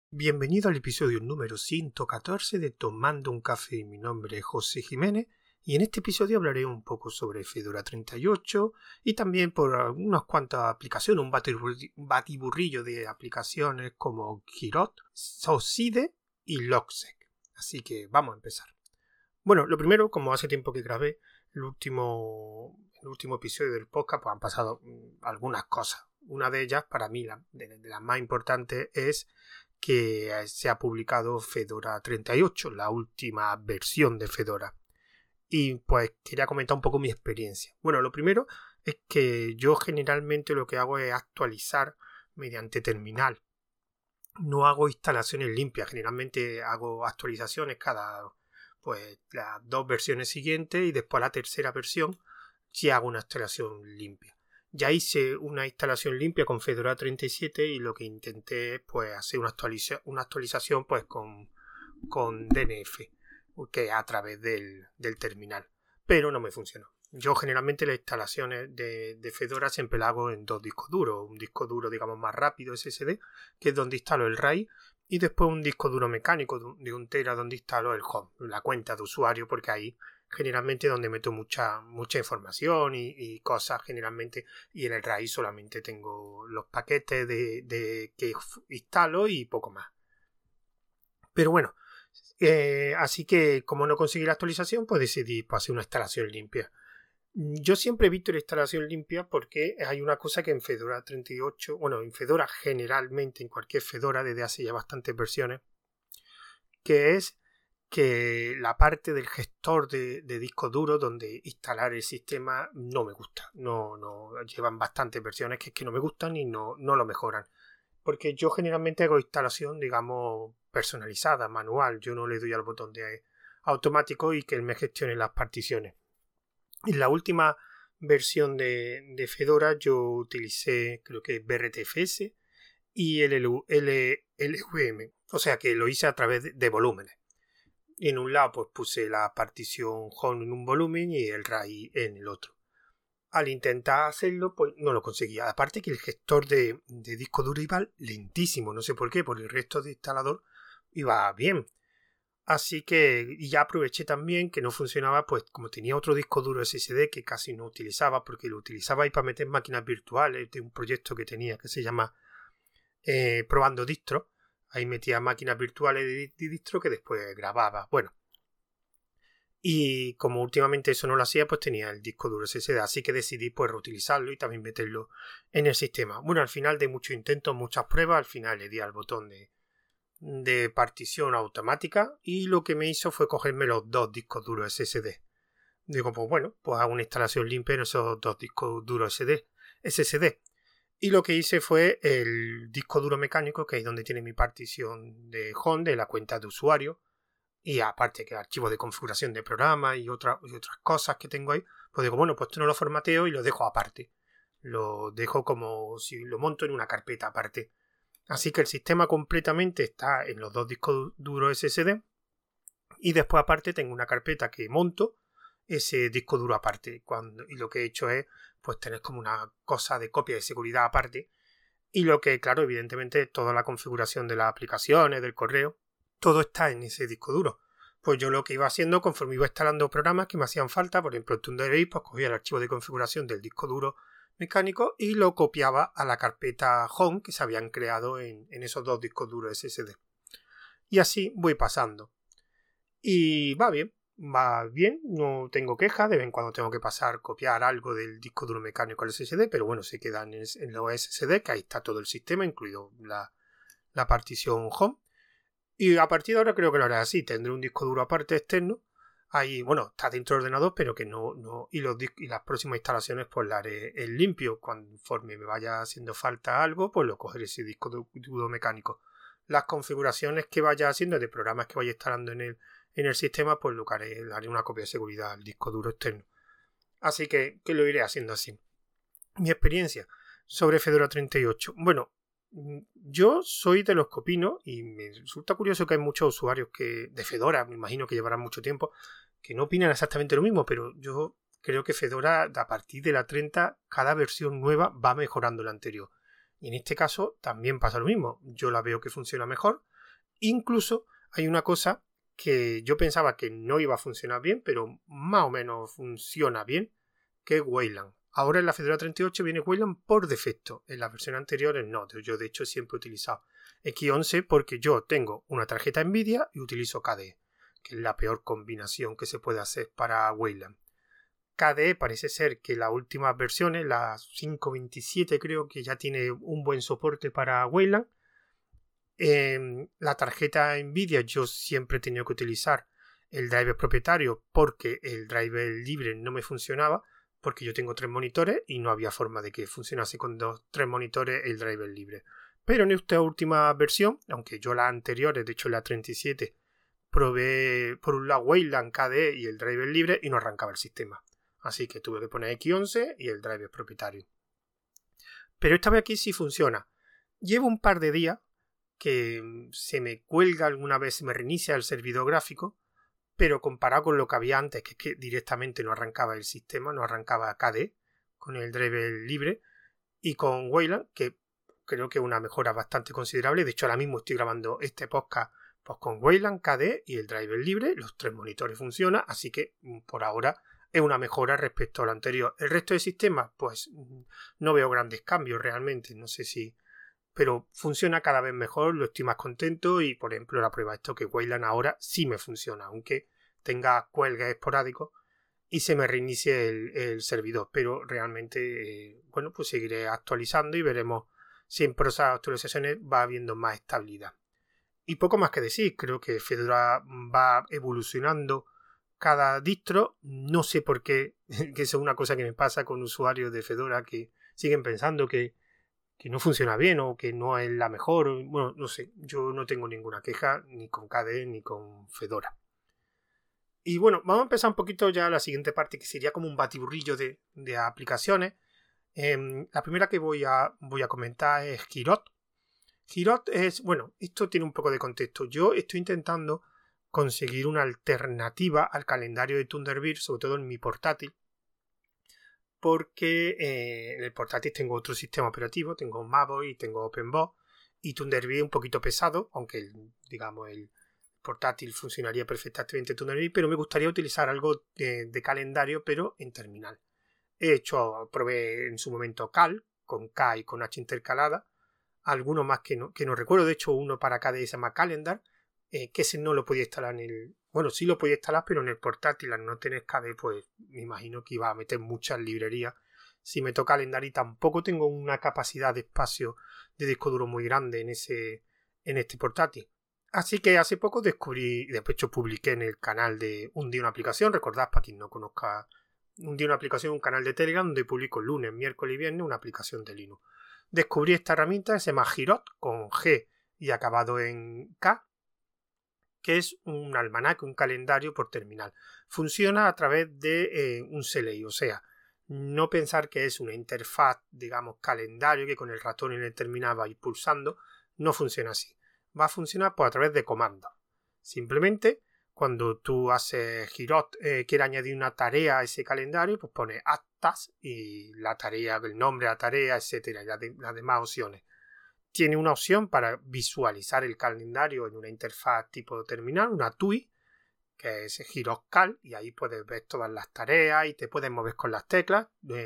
Bienvenido al episodio número 114 de Tomando un Café. Mi nombre es José Jiménez y en este episodio hablaré un poco sobre Fedora 38 y también por unas cuantas aplicaciones, un batiburrillo de aplicaciones como Girot, Socide y Logsec. Así que vamos a empezar. Bueno, lo primero, como hace tiempo que grabé el último episodio del podcast, pues han pasado algunas cosas. Una de ellas, para mí, de las más importantes, es que se ha publicado Fedora 38, la última versión de Fedora. Y pues quería comentar un poco mi experiencia. Bueno, lo primero es que yo generalmente lo que hago es actualizar mediante terminal. No hago instalaciones limpias, generalmente hago actualizaciones cada las 2 versiones siguientes y después la tercera versión sí hago una instalación limpia. Ya hice una instalación limpia con Fedora 37 y lo que intenté es pues hacer una actualización pues con DNF, que es a través del terminal, pero no me funcionó. Yo generalmente las instalaciones de Fedora siempre las hago en 2 discos duros, un disco duro digamos más rápido SSD, que es donde instalo el RAID, y después un disco duro mecánico de 1 tera donde instalo el home, la cuenta de usuario, porque ahí generalmente donde meto mucha información y cosas generalmente, y en el RAID solamente tengo los paquetes de que instalo y poco más. Pero bueno, así que como no conseguí la actualización, pues decidí hacer una instalación limpia. Yo siempre he visto la instalación limpia porque hay una cosa que en Fedora 38, bueno, en Fedora generalmente, en cualquier Fedora desde hace ya bastantes versiones, que es que la parte del gestor de disco duro donde instalar el sistema no me gusta. No llevan bastantes versiones que no me gustan y no lo mejoran. Porque yo generalmente hago instalación, digamos, personalizada, manual. Yo no le doy al botón de automático y que él me gestione las particiones. En la última versión de Fedora yo utilicé, creo que BRTFS y LVM. O sea que lo hice a través de volúmenes. En un lado pues puse la partición home en un volumen y el RAID en el otro. Al intentar hacerlo pues no lo conseguía. Aparte que el gestor de disco duro iba lentísimo, no sé por qué, porque el resto de instalador iba bien. Así que ya aproveché también que no funcionaba, pues como tenía otro disco duro SSD que casi no utilizaba, porque lo utilizaba ahí para meter máquinas virtuales de un proyecto que tenía que se llama Probando Distro. Ahí metía máquinas virtuales de distro que después grababa. Bueno, y como últimamente eso no lo hacía, pues tenía el disco duro SSD, así que decidí pues reutilizarlo y también meterlo en el sistema. Bueno, al final de muchos intentos, muchas pruebas, al final le di al botón de partición automática y lo que me hizo fue cogerme los 2 discos duros SSD. Digo, pues bueno, pues hago una instalación limpia en esos 2 discos duros SSD. Y lo que hice fue el disco duro mecánico, que es donde tiene mi partición de home, de la cuenta de usuario, y aparte que archivos de configuración de programa y otras cosas que tengo ahí, pues digo, bueno, pues esto no lo formateo y lo dejo aparte. Lo dejo como si lo monto en una carpeta aparte. Así que el sistema completamente está en los 2 discos duros SSD y después aparte tengo una carpeta que monto ese disco duro aparte. Y lo que he hecho es pues tener como una cosa de copia de seguridad aparte. Y lo que, claro, evidentemente toda la configuración de las aplicaciones, del correo, todo está en ese disco duro. Pues yo lo que iba haciendo conforme iba instalando programas que me hacían falta, por ejemplo, Thunderbird, pues cogía el archivo de configuración del disco duro mecánico y lo copiaba a la carpeta home que se habían creado en esos 2 discos duros SSD. Y así voy pasando. Y va bien, no tengo quejas, de vez en cuando tengo que copiar algo del disco duro mecánico al SSD, pero bueno, se quedan en los SSD, que ahí está todo el sistema, incluido la partición home. Y a partir de ahora creo que lo haré así, tendré un disco duro aparte externo. Ahí, bueno, está dentro del ordenador, pero que no y las próximas instalaciones pues la haré en limpio. Conforme me vaya haciendo falta algo, pues lo cogeré ese disco duro mecánico. Las configuraciones que vaya haciendo de programas que vaya instalando en el sistema, pues lo que haré, le haré una copia de seguridad al disco duro externo. Así que lo iré haciendo así. Mi experiencia sobre Fedora 38. Bueno, yo soy de los que opino, y me resulta curioso que hay muchos usuarios de Fedora, me imagino que llevarán mucho tiempo, que no opinan exactamente lo mismo, pero yo creo que Fedora a partir de la 30 cada versión nueva va mejorando la anterior. Y en este caso también pasa lo mismo. Yo la veo que funciona mejor Incluso hay una cosa que yo pensaba que no iba a funcionar bien, pero más o menos funciona bien, que es Wayland. Ahora en la Fedora 38 viene Wayland por defecto, en las versiones anteriores no. Yo de hecho siempre he utilizado X11 porque yo tengo una tarjeta Nvidia y utilizo KDE, que es la peor combinación que se puede hacer para Wayland. KDE parece ser que las últimas versiones, la 5.27 creo que ya tiene un buen soporte para Wayland. La tarjeta Nvidia yo siempre he tenido que utilizar el driver propietario porque el driver libre no me funcionaba, porque yo tengo 3 monitores y no había forma de que funcionase con 3 monitores el driver libre. Pero en esta última versión, aunque yo las anteriores, de hecho la 37, probé por un lado Wayland, KDE y el driver libre y no arrancaba el sistema. Así que tuve que poner X11 y el driver propietario. Pero esta vez aquí sí funciona. Llevo un par de días que se me cuelga alguna vez, se me reinicia el servidor gráfico, pero comparado con lo que había antes, que es que directamente no arrancaba el sistema, no arrancaba KDE con el driver libre, y con Wayland, que creo que es una mejora bastante considerable. De hecho, ahora mismo estoy grabando este podcast pues con Wayland, KDE y el driver libre, los 3 monitores funcionan, así que por ahora es una mejora respecto a lo anterior. El resto del sistema, pues no veo grandes cambios realmente, no sé si... pero funciona cada vez mejor, lo estoy más contento y, por ejemplo, la prueba de esto que Wayland ahora sí me funciona, aunque tenga cuelgues esporádicos y se me reinicie el servidor, pero realmente, bueno, pues seguiré actualizando y veremos si en esas actualizaciones va habiendo más estabilidad. Y poco más que decir, creo que Fedora va evolucionando cada distro, no sé por qué, que eso es una cosa que me pasa con usuarios de Fedora que siguen pensando que no funciona bien o que no es la mejor. Bueno, no sé, yo no tengo ninguna queja ni con KDE ni con Fedora. Y bueno, vamos a empezar un poquito ya la siguiente parte, que sería como un batiburrillo de aplicaciones. La primera que voy a comentar es Girot. Girot es, bueno, esto tiene un poco de contexto. Yo estoy intentando conseguir una alternativa al calendario de Thunderbird, sobre todo en mi portátil, porque en el portátil tengo otro sistema operativo, tengo Maboy y tengo OpenBox, y Thunderbird es un poquito pesado, aunque el portátil funcionaría perfectamente Thunderbird, pero me gustaría utilizar algo de calendario, pero en terminal. Probé en su momento Cal, con K y con H intercalada, algunos más que no recuerdo, de hecho uno para KDE se llama Calendar, que ese no lo podía instalar en el... Bueno, sí lo podía instalar, pero en el portátil al no tener KDE, pues me imagino que iba a meter muchas librerías. Si meto Calendar y tampoco tengo una capacidad de espacio de disco duro muy grande en este portátil. Así que hace poco descubrí, de hecho publiqué en el canal de Un Día Una Aplicación, recordad para quien no conozca Un Día Una Aplicación, un canal de Telegram donde publico lunes, miércoles y viernes una aplicación de Linux. Descubrí esta herramienta que se llama Girot, con G y acabado en K, que es un almanaque, un calendario por terminal. Funciona a través de un CLI, o sea, no pensar que es una interfaz, digamos, calendario que con el ratón en el terminal va a ir pulsando, no funciona así. Va a funcionar pues, a través de comandos. Simplemente, cuando tú haces Girot, quieres añadir una tarea a ese calendario, pues pones add task y la tarea, el nombre de la tarea, etcétera, y las demás opciones. Tiene una opción para visualizar el calendario en una interfaz tipo terminal, una TUI, que es Giroscal, y ahí puedes ver todas las tareas y te puedes mover con las teclas.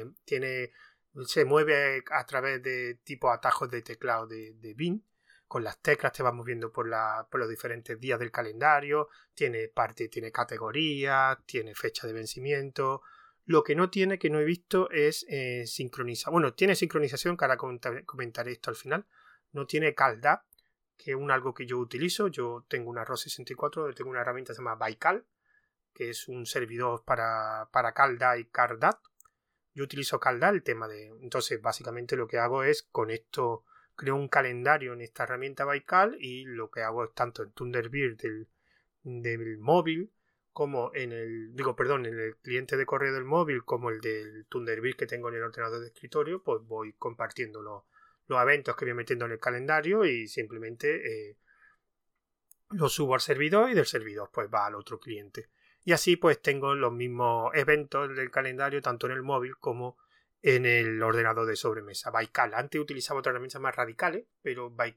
Se mueve a través de tipo atajos de teclado de Bin. Con las teclas te vas moviendo por los diferentes días del calendario. Tiene categorías, tiene fecha de vencimiento. Lo que no tiene, que no he visto, es sincronizar. Bueno, tiene sincronización, que ahora comentaré esto al final. No tiene CalDAV, que es algo que yo utilizo. Yo tengo una ROS 64, tengo una herramienta que se llama Baikal, que es un servidor para CalDAV y CardDAV. Yo utilizo CalDAV, entonces básicamente lo que hago es con esto creo un calendario en esta herramienta Baikal y lo que hago es tanto en Thunderbird del móvil como en el cliente de correo del móvil como el del Thunderbird que tengo en el ordenador de escritorio, pues voy compartiendo los eventos que voy metiendo en el calendario y simplemente los subo al servidor y del servidor pues va al otro cliente. Y así pues tengo los mismos eventos del calendario tanto en el móvil como en el ordenador de sobremesa. Baikal. Antes utilizaba otras herramientas más radicales, pero Baikal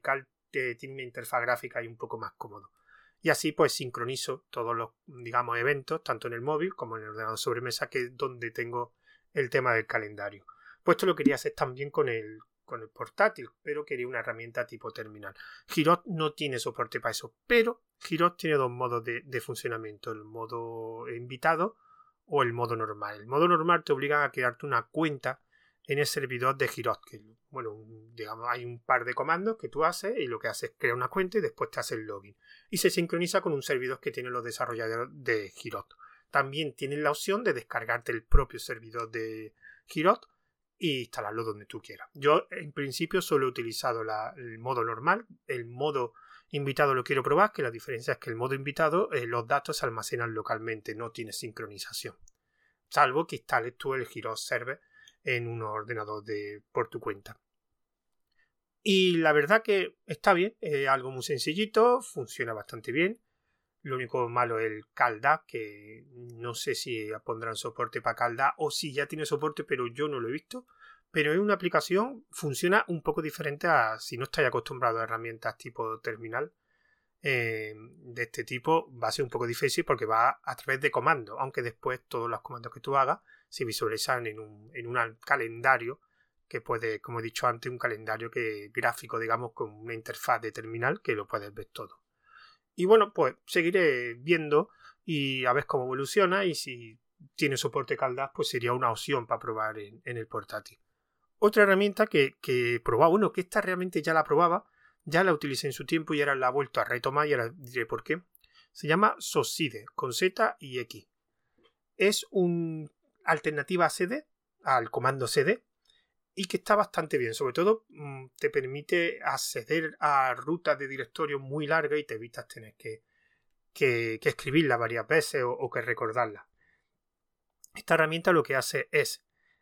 tiene una interfaz gráfica y un poco más cómodo. Y así pues sincronizo todos los, digamos, eventos, tanto en el móvil como en el ordenador sobremesa, que es donde tengo el tema del calendario. Pues esto lo quería hacer también con el portátil, pero quería una herramienta tipo terminal. Girot no tiene soporte para eso, pero Girot tiene dos modos de funcionamiento, el modo invitado o el modo normal. El modo normal te obliga a crearte una cuenta en el servidor de Girot, que bueno, digamos, hay un par de comandos que tú haces y lo que haces es crear una cuenta y después te hace el login. Y se sincroniza con un servidor que tienen los desarrolladores de Girot. También tienes la opción de descargarte el propio servidor de Girot y instalarlo donde tú quieras. Yo en principio solo he utilizado el modo normal. El modo invitado lo quiero probar, que la diferencia es que el modo invitado los datos se almacenan localmente, no tiene sincronización, salvo que instales tú el Girot Server en un ordenador por tu cuenta. Y la verdad que está bien, es algo muy sencillito, funciona bastante bien. Lo único malo es el CalDAV, que no sé si pondrán soporte para CalDAV o si ya tiene soporte, pero yo no lo he visto. Pero es una aplicación, funciona un poco diferente a si no estáis acostumbrado a herramientas tipo terminal. De este tipo va a ser un poco difícil porque va a través de comandos, aunque después todos los comandos que tú hagas se visualizan en un calendario que puede, como he dicho antes, un calendario gráfico, digamos, con una interfaz de terminal que lo puedes ver todo. Y bueno, pues seguiré viendo y a ver cómo evoluciona, y si tiene soporte CalDAV, pues sería una opción para probar en el portátil. Otra herramienta que he probado, bueno, que esta realmente ya la probaba, ya la utilicé en su tiempo y ahora la he vuelto a retomar y ahora diré por qué. Se llama Socide, con Z y X. Es una alternativa a CD, al comando CD, y que está bastante bien. Sobre todo te permite acceder a rutas de directorio muy largas y te evitas tener que escribirla varias veces o que recordarla. Esta herramienta lo que hace es,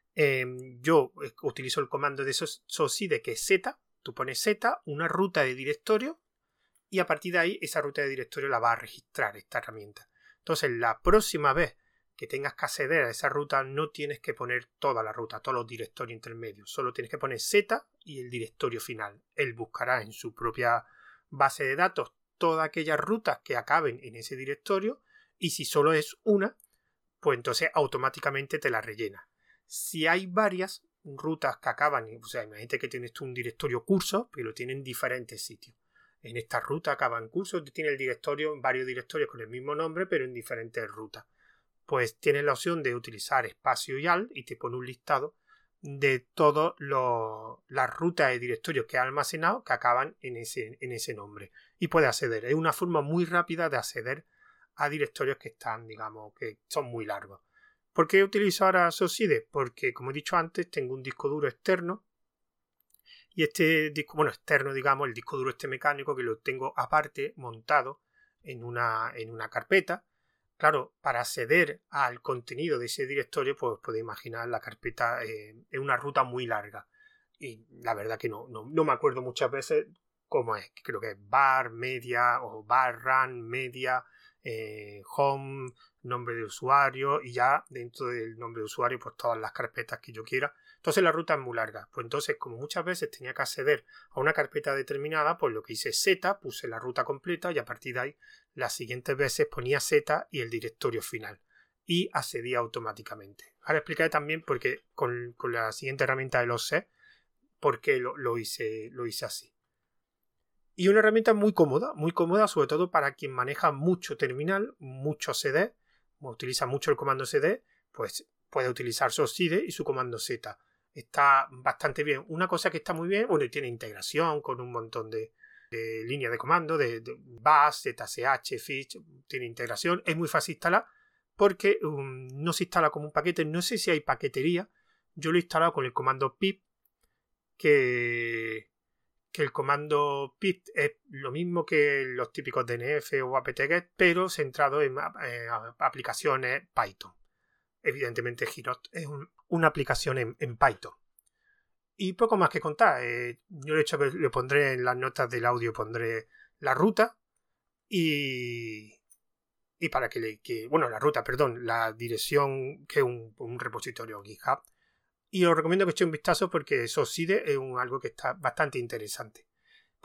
yo utilizo el comando de Socide, que es Z. Tú pones Z, una ruta de directorio, y a partir de ahí esa ruta de directorio la va a registrar esta herramienta. Entonces la próxima vez que tengas que acceder a esa ruta no tienes que poner toda la ruta, todos los directorios intermedios, solo tienes que poner Z y el directorio final. Él buscará en su propia base de datos todas aquellas rutas que acaben en ese directorio, y si solo es una, pues entonces automáticamente te la rellena. Si hay varias rutas que acaban, o sea, imagínate que tienes tú un directorio curso, pero lo tienen en diferentes sitios. En esta ruta acaban cursos, tiene el directorio, varios directorios con el mismo nombre, pero en diferentes rutas. Pues tienes la opción de utilizar espacio y alt y te pone un listado de todas las rutas de directorios que ha almacenado que acaban en ese nombre. Y puedes acceder. Es una forma muy rápida de acceder a directorios que están, digamos, que son muy largos. ¿Por qué utilizo ahora Socide? Porque, como he dicho antes, tengo un disco duro externo. Y este disco, bueno, externo, digamos, el disco duro este mecánico, que lo tengo aparte, montado en una carpeta. Claro, para acceder al contenido de ese directorio, pues podéis imaginar la carpeta es una ruta muy larga. Y la verdad que no me acuerdo muchas veces cómo es. Creo que es bar, media, o bar, run, media, home, nombre de usuario, y ya dentro del nombre de usuario, pues todas las carpetas que yo quiera. Entonces la ruta es muy larga. Pues entonces, como muchas veces tenía que acceder a una carpeta determinada, pues lo que hice es Z, puse la ruta completa y a partir de ahí las siguientes veces ponía Z y el directorio final y accedía automáticamente. Ahora explicaré también porque con la siguiente herramienta de los C por qué lo hice así. Y una herramienta muy cómoda, sobre todo para quien maneja mucho terminal, mucho CD, utiliza mucho el comando CD, pues puede utilizar Socide y su comando Z. Está bastante bien. Una cosa que está muy bien, bueno, tiene integración con un montón de líneas de comando, de bash, zsh, fish, tiene integración, es muy fácil instalar porque no se instala como un paquete, no sé si hay paquetería, yo lo he instalado con el comando pip, que el comando pip es lo mismo que los típicos DNF o apt-get, pero centrado en aplicaciones Python. Evidentemente Girot es una aplicación en Python. Y poco más que contar. Yo de hecho le pondré en las notas del audio, pondré la ruta y para la dirección, que es un repositorio GitHub. Y os recomiendo que echéis un vistazo porque Socide es algo que está bastante interesante.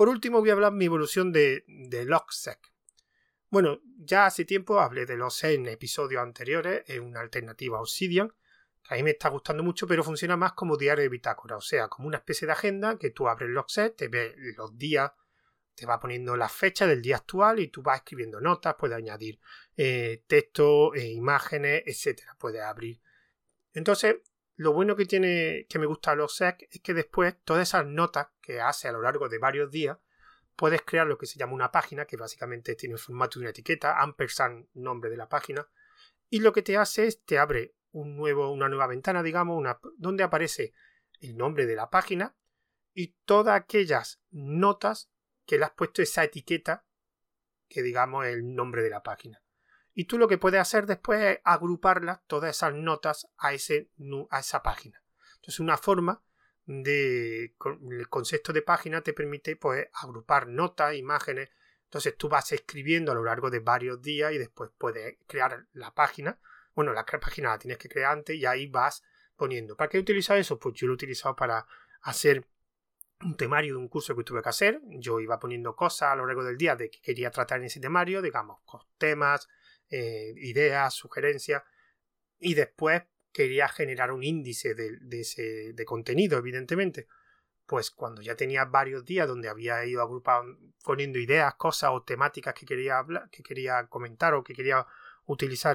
Por último voy a hablar de mi evolución de Logseq. Bueno, ya hace tiempo hablé de Logseq en episodios anteriores, es una alternativa a Obsidian, que a mí me está gustando mucho, pero funciona más como diario de bitácora, o sea, como una especie de agenda que tú abres Logseq, te ves los días, te va poniendo la fecha del día actual y tú vas escribiendo notas, puedes añadir texto, imágenes, etcétera, puedes abrir. Entonces, lo bueno que tiene, que me gusta Logseq, es que después todas esas notas que hace a lo largo de varios días, puedes crear lo que se llama una página, que básicamente tiene el formato de una etiqueta, ampersand, nombre de la página, y lo que te hace es, te abre una nueva ventana, digamos, donde aparece el nombre de la página y todas aquellas notas que le has puesto esa etiqueta, que digamos es el nombre de la página. Y tú lo que puedes hacer después es agruparlas, todas esas notas, a esa página. Entonces, una forma el concepto de página te permite pues agrupar notas, imágenes. Entonces tú vas escribiendo a lo largo de varios días y después puedes crear la página. Bueno, la página la tienes que crear antes y ahí vas poniendo. ¿Para qué utilizas eso? Pues yo lo he utilizado para hacer un temario de un curso que tuve que hacer. Yo iba poniendo cosas a lo largo del día de que quería tratar en ese temario, digamos, temas, ideas, sugerencias, y después quería generar un índice de contenido, evidentemente. Pues cuando ya tenía varios días donde había ido agrupando, poniendo ideas, cosas o temáticas que quería hablar, que quería comentar o que quería utilizar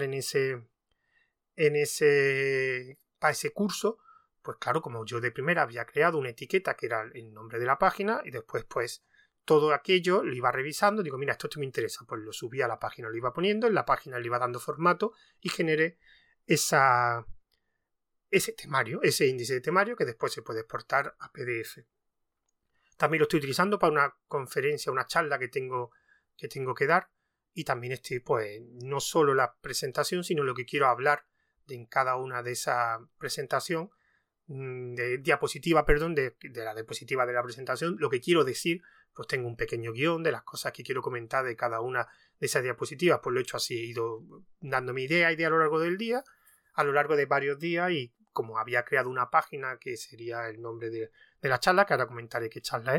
para ese curso, pues claro, como yo de primera había creado una etiqueta que era el nombre de la página y después pues todo aquello lo iba revisando, digo, mira, esto me interesa, pues lo subí a la página, lo iba poniendo, en la página le iba dando formato y generé ese temario, ese índice de temario que después se puede exportar a PDF. También lo estoy utilizando para una conferencia, una charla que tengo que dar, y también estoy, pues, no solo la presentación, sino lo que quiero hablar en cada una de esa presentación, de la diapositiva de la presentación, lo que quiero decir, pues tengo un pequeño guión de las cosas que quiero comentar de cada una de esas diapositivas, pues lo he hecho así, he ido dando mi idea a lo largo del día, a lo largo de varios días, y como había creado una página que sería el nombre de la charla, que ahora comentaré qué charla es,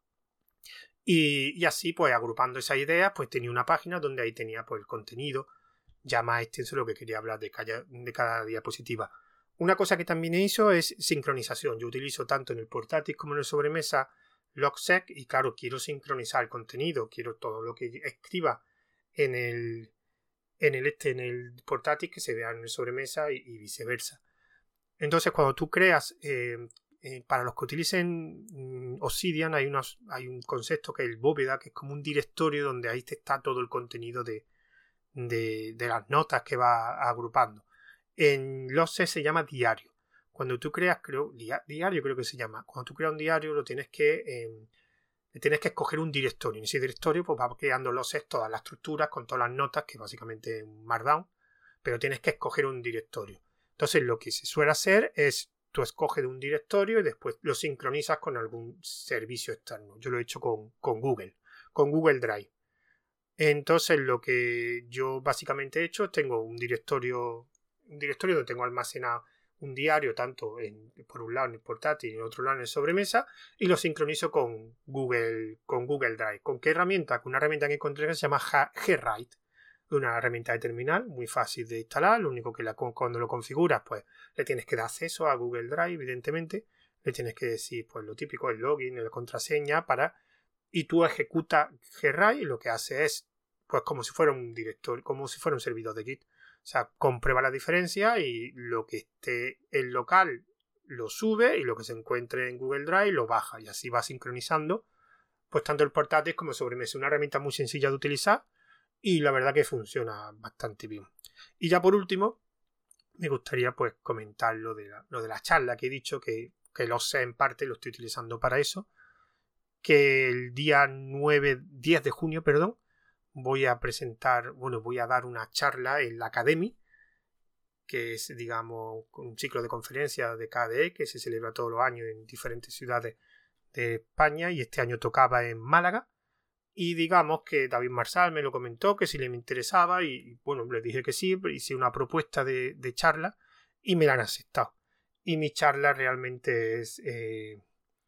y así pues agrupando esas ideas, pues tenía una página donde ahí tenía pues el contenido ya más extenso de lo que quería hablar de cada diapositiva. Una cosa que también hizo es sincronización. Yo utilizo tanto en el portátil como en el sobremesa Logseq y claro, quiero sincronizar el contenido, quiero todo lo que escriba en el portátil que se vea en el sobremesa y viceversa. Entonces, cuando tú creas, para los que utilicen Obsidian, hay un concepto que es el bóveda, que es como un directorio donde ahí está todo el contenido de las notas que va agrupando. En Logseq se llama diario. Cuando tú creas, diario creo que se llama. Cuando tú creas un diario le tienes que escoger un directorio. En ese directorio pues va creando Logseq todas las estructuras con todas las notas, que básicamente es un Markdown, pero tienes que escoger un directorio. Entonces lo que se suele hacer es tú escoges un directorio y después lo sincronizas con algún servicio externo. Yo lo he hecho con Google Drive. Entonces lo que yo básicamente he hecho, tengo un directorio donde tengo almacenado un diario, tanto por un lado en el portátil y en otro lado en el sobremesa, y lo sincronizo con Google Drive. ¿Con qué herramienta? Con una herramienta que encontré que se llama Gwrite, una herramienta de terminal muy fácil de instalar. Lo único que cuando lo configuras, pues le tienes que dar acceso a Google Drive, evidentemente, le tienes que decir pues lo típico, el login, la contraseña, y tú ejecutas Gwrite y lo que hace es pues como si fuera un directorio, como si fuera un servidor de Git. O sea, comprueba la diferencia y lo que esté en local lo sube y lo que se encuentre en Google Drive lo baja, y así va sincronizando pues tanto el portátil como el sobremesa. Una herramienta muy sencilla de utilizar y la verdad que funciona bastante bien. Y ya por último me gustaría pues comentar lo de la charla que he dicho, que lo sé en parte, lo estoy utilizando para eso, que el día 10 de junio, voy a dar una charla en la Academy, que es, digamos, un ciclo de conferencias de KDE que se celebra todos los años en diferentes ciudades de España, y este año tocaba en Málaga, y digamos que David Marsal me lo comentó, que si le interesaba, y bueno, le dije que sí, hice una propuesta de charla y me la han aceptado. Y mi charla realmente es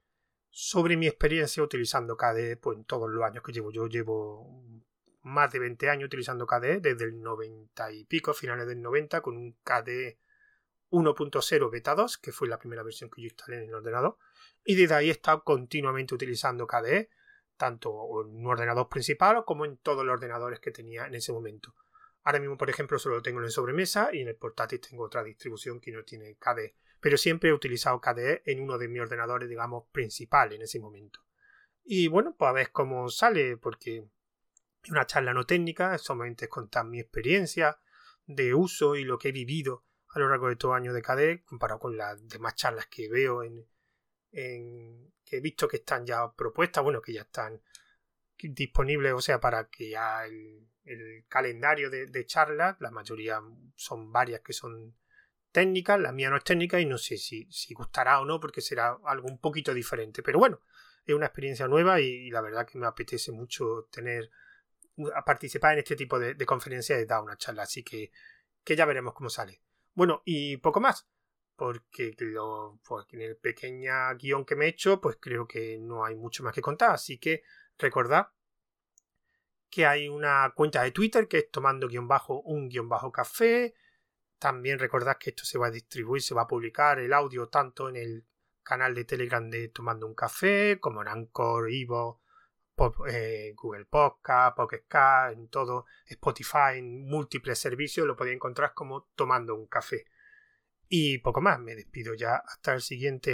sobre mi experiencia utilizando KDE pues, en todos los años que llevo. Yo llevo más de 20 años utilizando KDE, desde el 90 y pico, finales del 90, con un KDE 1.0 Beta 2, que fue la primera versión que yo instalé en el ordenador, y desde ahí he estado continuamente utilizando KDE, tanto en un ordenador principal como en todos los ordenadores que tenía en ese momento. Ahora mismo, por ejemplo, solo lo tengo en el sobremesa y en el portátil tengo otra distribución que no tiene KDE, pero siempre he utilizado KDE en uno de mis ordenadores, digamos, principales en ese momento. Y bueno, pues a ver cómo sale, porque es una charla no técnica, solamente es contar mi experiencia de uso y lo que he vivido a lo largo de todo año de KDE, comparado con las demás charlas que veo que he visto que están ya propuestas, bueno, que ya están disponibles, o sea, para que ya el calendario de charlas, la mayoría son varias que son técnicas, la mía no es técnica y no sé si gustará o no, porque será algo un poquito diferente, pero bueno, es una experiencia nueva y la verdad que me apetece mucho a participar en este tipo de conferencias y dar una charla, así que ya veremos cómo sale. Bueno, y poco más, porque en el pequeño guión que me he hecho, pues creo que no hay mucho más que contar, así que recordad que hay una cuenta de Twitter que es tomando-un-café. También recordad que esto se va a distribuir, se va a publicar el audio tanto en el canal de Telegram de Tomando un Café, como en Anchor, Evo, Google Podcast, Pocket Cast, en todo, Spotify, en múltiples servicios, lo podéis encontrar como Tomando un Café. Y poco más, me despido ya hasta el siguiente